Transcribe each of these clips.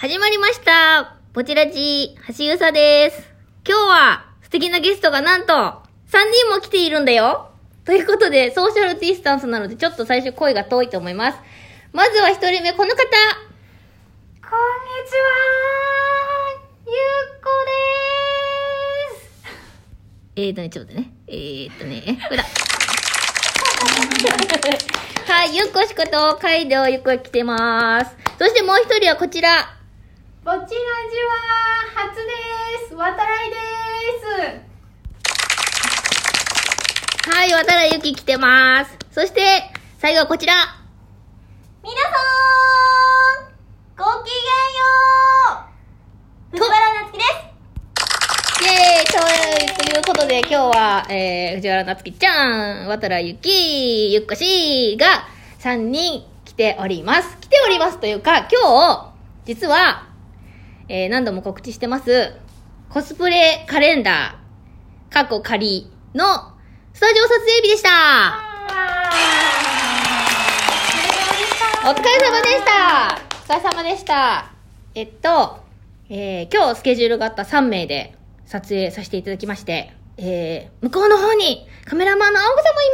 始まりました。ポチラジ、橋ゆさです。今日は素敵なゲストがなんと3人も来ているんだよ。ということで、ソーシャルディスタンスなのでちょっと最初声が遠いと思います。まずは1人目、この方。こんにちはゆっこでーす。ちょっとね。ほら。はい、ゆっこしことカイドウゆっこが来てます。そしてもう1人はこちら。 ぼちらじは初です。わたらいです。 はい、わたらゆき来てます。そして最後はこちら。 皆さんごきげんよう。藤原夏樹です。 イエーイということで今日は、藤原夏樹ちゃん、わたらゆき、ゆっこしが3人来ております。来ておりますというか、今日実は何度も告知してますコスプレカレンダー過去仮のスタジオ撮影日でした。お疲れ様でした。お疲れ様でした。今日スケジュールがあった3名で撮影させていただきまして、向こうの方にカメラマンの青子さんもいます。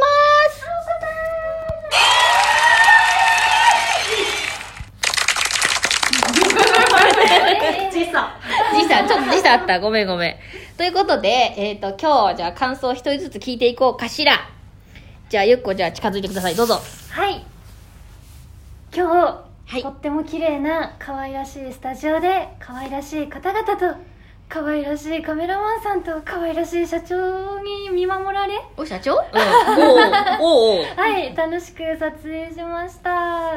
時差あった。ごめん。ということで、今日じゃあ感想を一人ずつ聞いていこうかしら。じゃあゆっこ、じゃあ近づいてください。どうぞ。 はい。今日、とっても綺麗な可愛らしいスタジオで可愛らしい方々と可愛らしいカメラマンさんと可愛らしい社長に見守られ、 社長？おはい、楽しく撮影しました。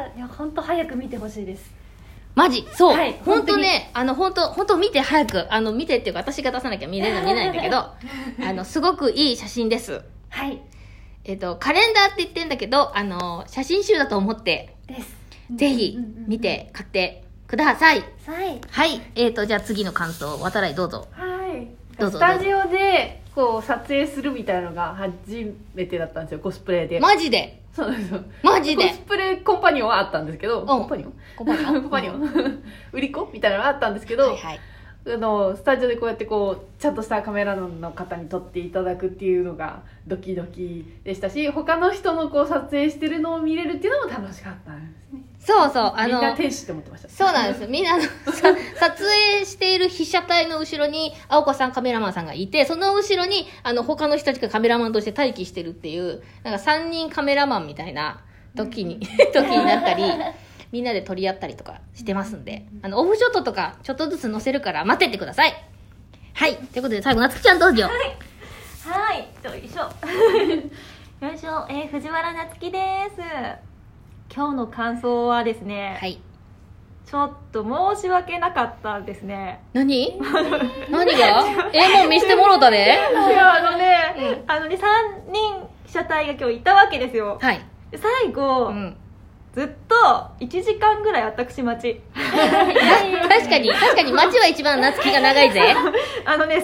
いや、本当早く見てほしいです。 マジそう、 はい、 本当ね、本当見て早く、見てっていうか私が出さなきゃ見ないんだけどすごくいい写真です。 はい。 カレンダーって言ってんだけど写真集だと思ってです。 ぜひ見て買ってください。 はい。 じゃあ次の感想、渡来どうぞ。 はい。 どうぞスタジオでこう撮影するみたいなのが初めてだったんですよ、コスプレで。 マジで？ そうなんですよ。 マジで？ コスプレコンパニオンはあったんですけど、 コンパニオン売り子みたいなのがあったんですけど、 はい、 スタジオでこうやってこうちゃんとしたカメラの方に撮っていただくっていうのがドキドキでしたし、他の人のこう撮影してるのを見れるっていうのも楽しかったんですね。 そうみんな天使って思ってました。 そうなんですよ。みんな撮影している被写体の後ろに青子さんカメラマンさんがいて、その後ろに他の人たちがカメラマンとして待機してるっていうなんか3人カメラマンみたいな時になったり、みんなで撮り合ったりとかしてますんで、オフショットとかちょっとずつ載せるから待ってってください。はい。ということで最後、なつきちゃんどうぞ。 はい。よいしょ。よいしょ。藤原夏樹です。今日の感想はですね。 はい。 ちょっと申し訳なかったですね。 何がもう見せてもろうたで。 いや、3人被写体が今日いたわけですよ。 はい。 最後、ずっと1時間ぐらい私待ち。 確かに待ちは一番夏希が長いぜ。 すっごいみんなもう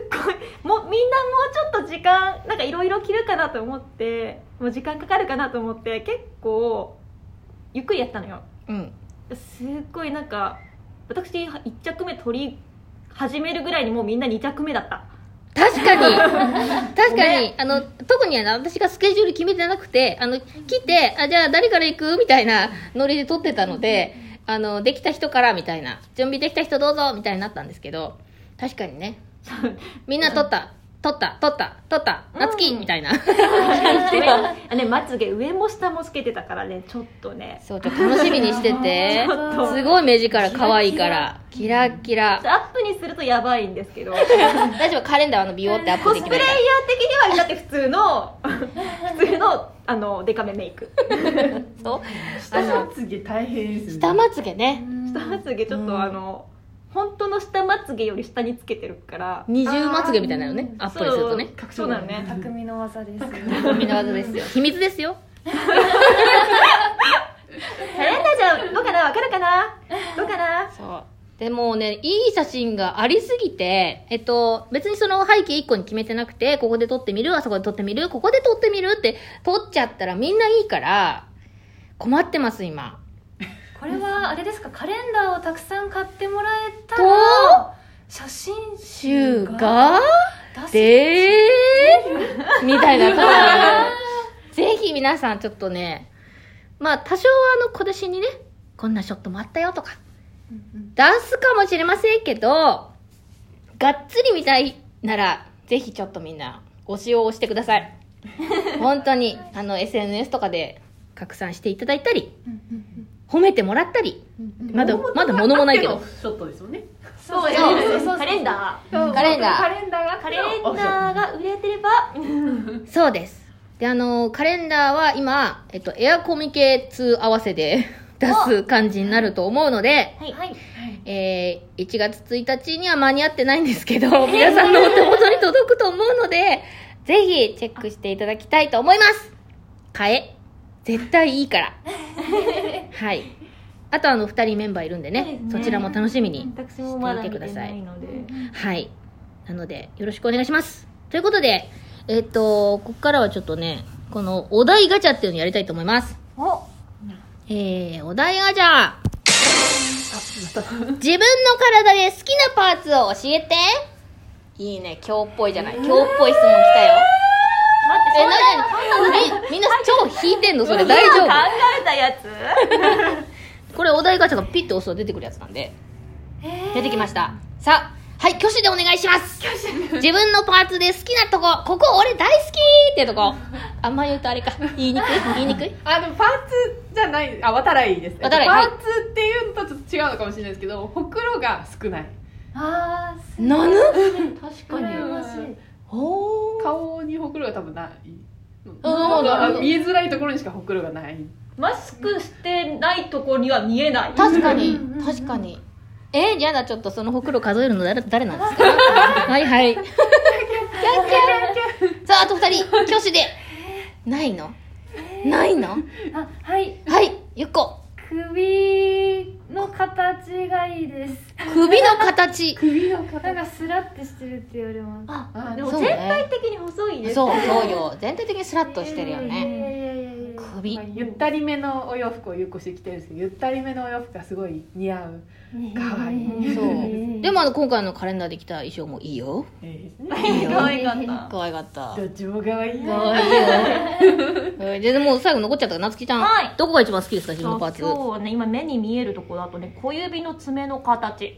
ちょっと時間なんかいろいろ着るかなと思って、もう時間かかるかなと思って結構ゆっくりやったのよ。すっごいなんか私1着目撮り始めるぐらいにもうみんな2着目だった。 確かに特に私がスケジュール決めてなくて来てじゃあ誰から行くみたいなノリで撮ってたのでできた人からみたいな、準備できた人どうぞみたいになったんですけど、確かにねみんな撮った夏希みたいなまつげ上も下もつけてたからね、ちょっとね、 そう、ちょっと楽しみにしててすごい目力可愛いからキラキラ。 アップにするとやばいんですけど大丈夫、カレンダービヨってアップできない。 コスプレイヤー的にはだって普通のデカめメイクそう、 下まつげ大変ですね。 下まつげね、 下まつげちょっと本当の下まつげより下につけてるから二重まつげみたいなのね、アップにするとね。 そうだよね、 匠の技です。 匠の技ですよ、秘密ですよ。 カレンダーじゃどうかな、わかるかな、どうかな。 そうでもね、いい写真がありすぎて、別にその背景1個に決めてなくて、ここで撮ってみる、あそこで撮ってみる、ここで撮ってみるって撮っちゃったらみんないいから困ってます今。 これはあれですか、カレンダーをたくさん買ってもらえたとら写真集集がが出せみたいなところでぜひ皆さんちょっとね、まあ多少は小出しにね、こんなショットもあったよとか出すかもしれませんけど、がっつり見たいならぜひちょっとみんな推しを押してください。本当にSNS とかで拡散していただいたり、褒めてもらったり、まだ物もないけどショットですもんね。 そうそうカレンダーカレンダーカレンダーがあってカレンダーが売れてればそうです。で、カレンダーは今、エアコミケ2合わせで出す感じになると思うので、 はい、はい、 1月1日には間に合ってないんですけど、皆さんのお手元に届くと思うので、ぜひチェックしていただきたいと思います。買え。絶対いいから。はい。あと2人メンバーいるんでね、そちらも楽しみに私もまだ見てないので、 はい。なので、よろしくお願いします。ということで、ここからはちょっとね、このお題ガチャっていうのをやりたいと思います。 おお題ガチャ。自分の体で好きなパーツを教えて。いいね、今日っぽいじゃない。今日っぽい質問来たよ。みんな超引いてんのそれ大丈夫？ 考えたやつこれお題ガチャがピッと押すと出てくるやつなんで、出てきました。さあ、はい、挙手でお願いします。自分のパーツで好きなとこ、ここ俺大好きってとこ。あんま言うとあれか、言いにくいでもパーツじゃない、渡来です。 渡来、 パーツっていうのとちょっと違うのかもしれないですけど、ほくろが少ない。 あー、 なぬ確かに羨ましい。 顔にほくろが多分ない。 うん見えづらいところにしかほくろがない。 マスクしてないところには見えない。 確かに確かに。じゃあちょっとそのほくろ数えるの誰なんですか？はいはい。キャッキャさあ、あと2人挙手で。ないの？ないの？ あ、はい。 はい、ゆっこ。 首の形がいいです。 首の形。 なんかスラッとしてるって言われます。 あ、でもそうね全体的に細いです。 そうよ。全体的にスラッとしてるよね。首。 ゆったりめのお洋服をゆっこしてきてるんですけど、ゆったりめのお洋服がすごい似合う。かわいい。 そう。でも今回のカレンダーで着た衣装もいいよ。 いいよ。可愛かった。 可愛かった。 どっちもかわいい。 可愛いよ。でもう最後残っちゃったから、なつきちゃん。 はい。 どこが一番好きですか、自分のパーツ。 そうね、今目に見えるところだとね、小指の爪の形。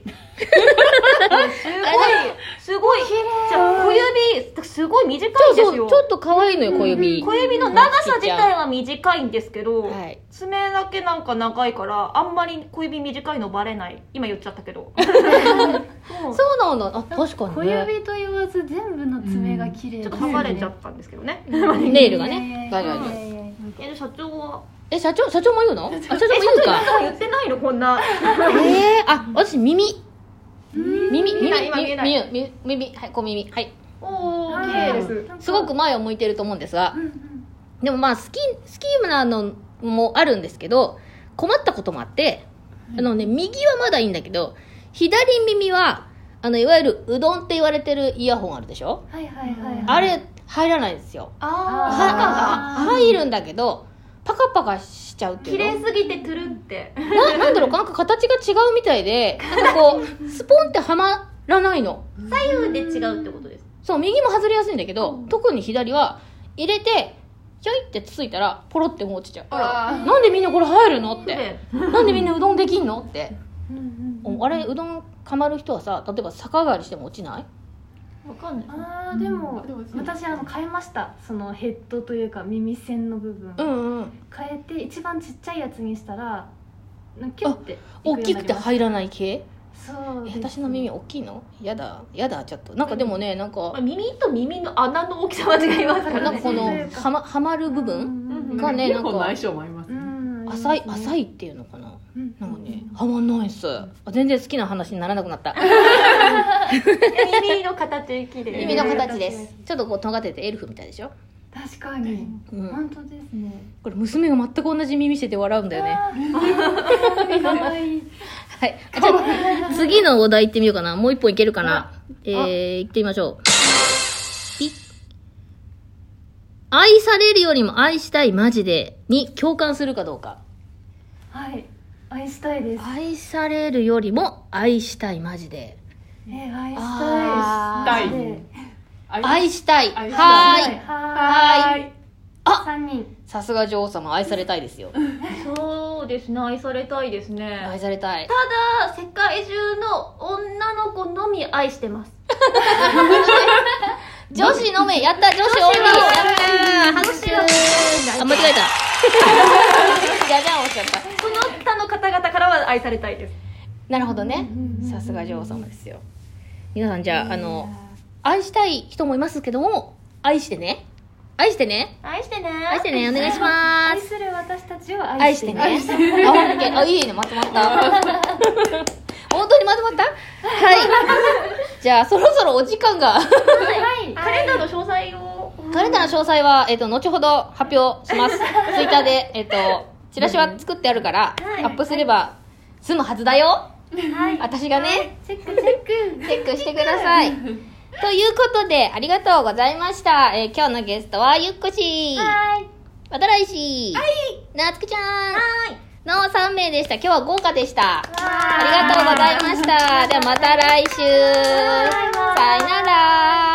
すごいじゃあ小指すごい短いんですよ。 ちょっと可愛いのよ、小指。 小指の長さ自体は短いんですけど、 はい、 爪だけなんか長いからあんまり小指短いのバレない。今言っちゃったけどそうなんだ。あ、確かに、ね、 小指と言わず全部の爪が綺麗、 ちょっと剥がれちゃったんですけどね、 ネイルがね。 社長は社長も言うの？社長も言うか。 言ってないのこんな。 あ、私耳。耳、はい、小耳、はい。 おー、綺麗です。 すごく前を向いてると思うんですが、でもまあスキーなのもあるんですけど、困ったこともあって、右はまだいいんだけど、左耳は、いわゆるうどんって言われてるイヤホンあるでしょ？ はいはいはい。 あれ、入らないんですよ。入るんだけど、パカパカしちゃうっていうの。 綺麗すぎてトゥルって。 なんだろう、なんか形が違うみたいで、なんかこう、スポンってはまらないの。 左右で違うってことです。 そう、右も外れやすいんだけど、特に左は、入れて、ひょいってつついたら、ポロってもう落ちちゃう。なんでみんなこれ入るのって。なんでみんなうどんできんのって。あれ、うどんかまる人はさ、例えば逆上がりしても落ちない？ わかんない。 でも私変えました。そのヘッドというか耳栓の部分、変えて一番ちっちゃいやつにしたらキュッて大きくて入らない系。 そう私の耳大きいの？やだちょっとなんかでもね、なんか耳と耳の穴の大きさは違いますからね。 なんかこのはまる部分がね、なんか相性もありますね。 浅いっていうのかな。なんかね、はまんないっす。全然好きな話にならなくなった。 耳の形綺麗。 耳の形です。ちょっとこう尖っててエルフみたいでしょ。 確かに、本当ですね。 これ娘が全く同じ耳してて笑うんだよね。 かわいい。 はい。じゃあ次のお題行ってみようかな。もう一本いけるかな。行ってみましょう。愛されるよりも愛したいマジでに共感するかどうか。 はい。 愛したいです。 愛されるよりも愛したい、マジで。 愛あしたい。 ーマジで愛したい。 愛したいはーい。 はーい。 あ 3人。 さすが女王様、愛されたいですよ。 そうですね、愛されたいですね。 愛されたい。 ただ世界中の女の子のみ愛してます。 女子のみ、やった、女子多い。やったー、拍手。あ、間違えた。じゃじゃん、おっしゃった。 その他の方々からは愛されたいです。 なるほどね。さすが女王様ですよ。皆さん、じゃあ、愛したい人もいますけども、愛してね。愛してね。 愛してね。 愛してね。お願いしま愛す。 する私たちを愛し愛しててね。 ね。 あ、ほんとけ。あ、いいね。まとまった。本当にまとまった？はい。じゃあ、そろそろお時間が。 はい。カレンダーの詳細を。 カレンダーの詳細は、後ほど発表します。ツイッターで、チラシは作ってあるから、アップすれば済むはずだよ。 はい。 私がね、 チェックチェック。 チェックしてください。ということで、ありがとうございました。今日のゲストはゆっこしー、 はい。 渡来しー、なつくちゃんの3名でした。今日は豪華でした。ありがとうございました。ではまた来週。さよなら。